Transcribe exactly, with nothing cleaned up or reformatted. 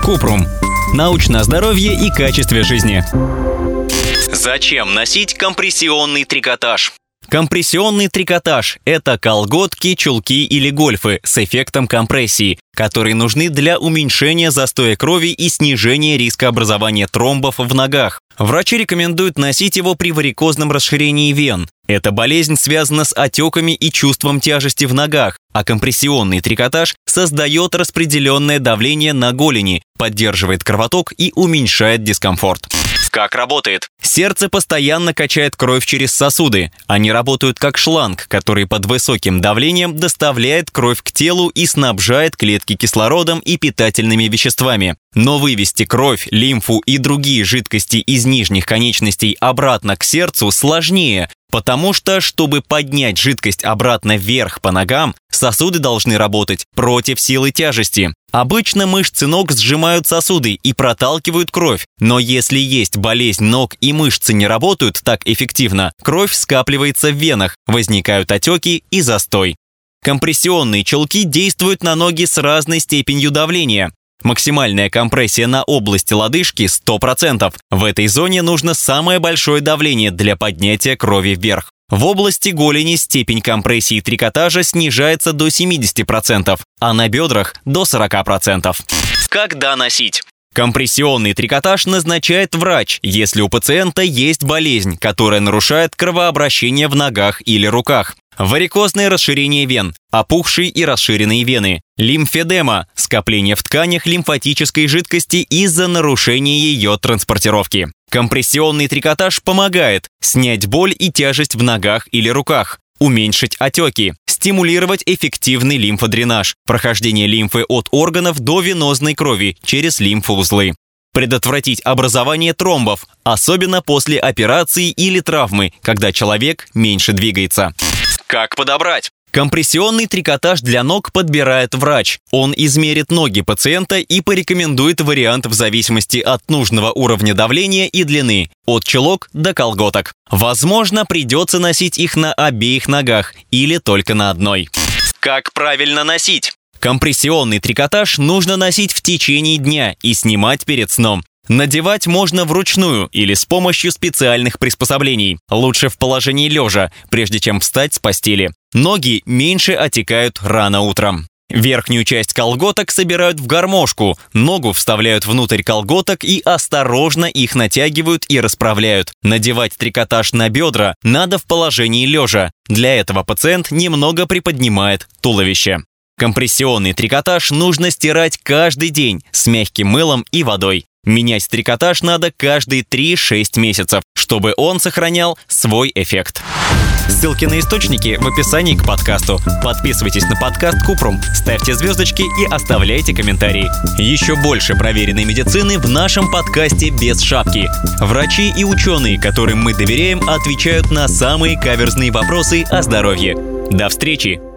Купрум. Научное здоровье и качестве жизни. Зачем носить компрессионный трикотаж? Компрессионный трикотаж – это колготки, чулки или гольфы с эффектом компрессии, которые нужны для уменьшения застоя крови и снижения риска образования тромбов в ногах. Врачи рекомендуют носить его при варикозном расширении вен. Эта болезнь связана с отеками и чувством тяжести в ногах, а компрессионный трикотаж создает распределенное давление на голени, поддерживает кровоток и уменьшает дискомфорт. Как работает? Сердце постоянно качает кровь через сосуды. Они работают как шланг, который под высоким давлением доставляет кровь к телу и снабжает клетки кислородом и питательными веществами. Но вывести кровь, лимфу и другие жидкости из нижних конечностей обратно к сердцу сложнее, потому что, чтобы поднять жидкость обратно вверх по ногам, сосуды должны работать против силы тяжести. Обычно мышцы ног сжимают сосуды и проталкивают кровь, но если есть болезнь ног и мышцы не работают так эффективно, кровь скапливается в венах, возникают отеки и застой. Компрессионные чулки действуют на ноги с разной степенью давления. Максимальная компрессия на области лодыжки – сто процентов. В этой зоне нужно самое большое давление для поднятия крови вверх. В области голени степень компрессии трикотажа снижается до семидесяти процентов, а на бедрах – до сорока процентов. Когда носить? Компрессионный трикотаж назначает врач, если у пациента есть болезнь, которая нарушает кровообращение в ногах или руках. Варикозное расширение вен, опухшие и расширенные вены, лимфедема, скопление в тканях лимфатической жидкости из-за нарушения ее транспортировки. Компрессионный трикотаж помогает снять боль и тяжесть в ногах или руках, уменьшить отеки, стимулировать эффективный лимфодренаж, прохождение лимфы от органов до венозной крови через лимфоузлы. Предотвратить образование тромбов, особенно после операции или травмы, когда человек меньше двигается. Как подобрать? Компрессионный трикотаж для ног подбирает врач. Он измерит ноги пациента и порекомендует вариант в зависимости от нужного уровня давления и длины, от чулок до колготок. Возможно, придется носить их на обеих ногах или только на одной. Как правильно носить? Компрессионный трикотаж нужно носить в течение дня и снимать перед сном. Надевать можно вручную или с помощью специальных приспособлений. Лучше в положении лежа, прежде чем встать с постели. Ноги меньше отекают рано утром. Верхнюю часть колготок собирают в гармошку, ногу вставляют внутрь колготок и осторожно их натягивают и расправляют. Надевать трикотаж на бедра надо в положении лежа. Для этого пациент немного приподнимает туловище. Компрессионный трикотаж нужно стирать каждый день с мягким мылом и водой. Менять трикотаж надо каждые три-шесть месяцев, чтобы он сохранял свой эффект. Ссылки на источники в описании к подкасту. Подписывайтесь на подкаст Купрум, ставьте звездочки и оставляйте комментарии. Еще больше проверенной медицины в нашем подкасте «Без шапки». Врачи и ученые, которым мы доверяем, отвечают на самые каверзные вопросы о здоровье. До встречи!